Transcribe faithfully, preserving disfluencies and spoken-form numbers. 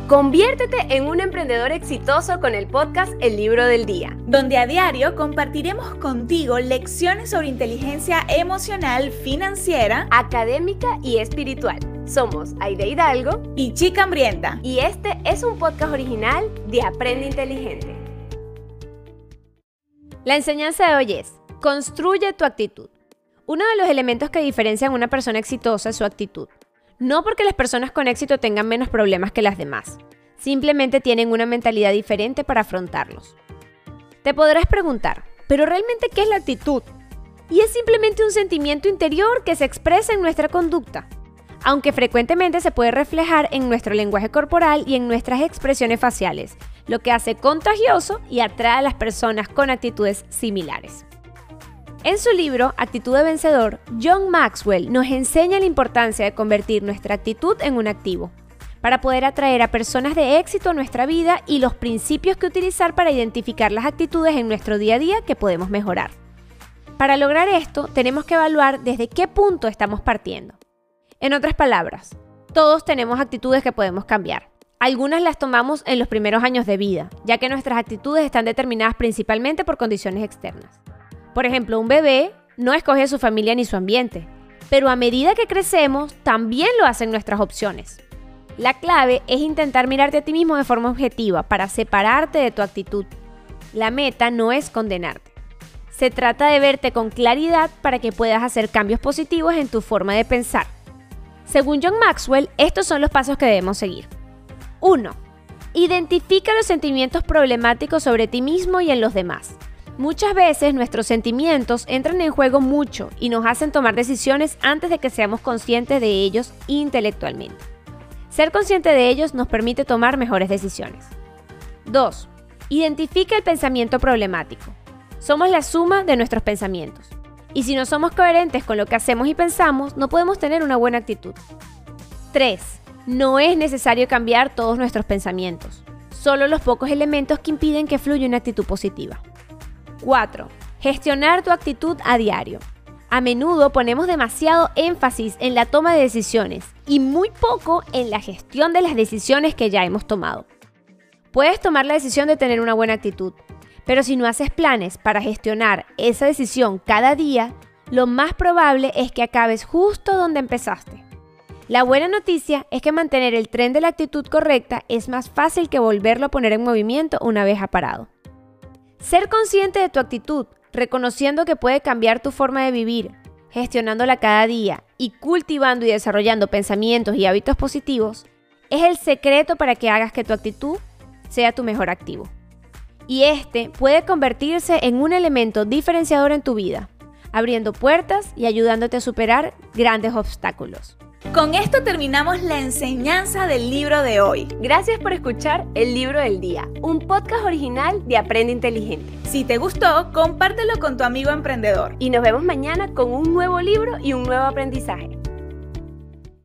Conviértete en un emprendedor exitoso con el podcast El Libro del Día, donde a diario compartiremos contigo lecciones sobre inteligencia emocional, financiera, académica y espiritual. Somos Aide Hidalgo y Chica Hambrienta, y este es un podcast original de Aprende Inteligente. La enseñanza de hoy es: construye tu actitud. Uno de los elementos que diferencian a una persona exitosa es su actitud. No porque las personas con éxito tengan menos problemas que las demás, simplemente tienen una mentalidad diferente para afrontarlos. Te podrás preguntar, ¿pero realmente qué es la actitud? Y es simplemente un sentimiento interior que se expresa en nuestra conducta, aunque frecuentemente se puede reflejar en nuestro lenguaje corporal y en nuestras expresiones faciales, lo que hace contagioso y atrae a las personas con actitudes similares. En su libro Actitud de Vencedor, John Maxwell nos enseña la importancia de convertir nuestra actitud en un activo, para poder atraer a personas de éxito a nuestra vida y los principios que utilizar para identificar las actitudes en nuestro día a día que podemos mejorar. Para lograr esto, tenemos que evaluar desde qué punto estamos partiendo. En otras palabras, todos tenemos actitudes que podemos cambiar. Algunas las tomamos en los primeros años de vida, ya que nuestras actitudes están determinadas principalmente por condiciones externas. Por ejemplo, un bebé no escoge su familia ni su ambiente, pero a medida que crecemos, también lo hacen nuestras opciones. La clave es intentar mirarte a ti mismo de forma objetiva para separarte de tu actitud. La meta no es condenarte. Se trata de verte con claridad para que puedas hacer cambios positivos en tu forma de pensar. Según John Maxwell, estos son los pasos que debemos seguir. uno. Identifica los sentimientos problemáticos sobre ti mismo y en los demás. Muchas veces nuestros sentimientos entran en juego mucho y nos hacen tomar decisiones antes de que seamos conscientes de ellos intelectualmente. Ser consciente de ellos nos permite tomar mejores decisiones. dos. Identifica el pensamiento problemático. Somos la suma de nuestros pensamientos. Y si no somos coherentes con lo que hacemos y pensamos, no podemos tener una buena actitud. tres. No es necesario cambiar todos nuestros pensamientos, solo los pocos elementos que impiden que fluya una actitud positiva. cuatro. Gestionar tu actitud a diario. A menudo ponemos demasiado énfasis en la toma de decisiones y muy poco en la gestión de las decisiones que ya hemos tomado. Puedes tomar la decisión de tener una buena actitud, pero si no haces planes para gestionar esa decisión cada día, lo más probable es que acabes justo donde empezaste. La buena noticia es que mantener el tren de la actitud correcta es más fácil que volverlo a poner en movimiento una vez ha parado. Ser consciente de tu actitud, reconociendo que puede cambiar tu forma de vivir, gestionándola cada día y cultivando y desarrollando pensamientos y hábitos positivos, es el secreto para que hagas que tu actitud sea tu mejor activo. Y este puede convertirse en un elemento diferenciador en tu vida, abriendo puertas y ayudándote a superar grandes obstáculos. Con esto terminamos la enseñanza del libro de hoy. Gracias por escuchar El Libro del Día, un podcast original de Aprende Inteligente. Si te gustó, compártelo con tu amigo emprendedor. Y nos vemos mañana con un nuevo libro y un nuevo aprendizaje.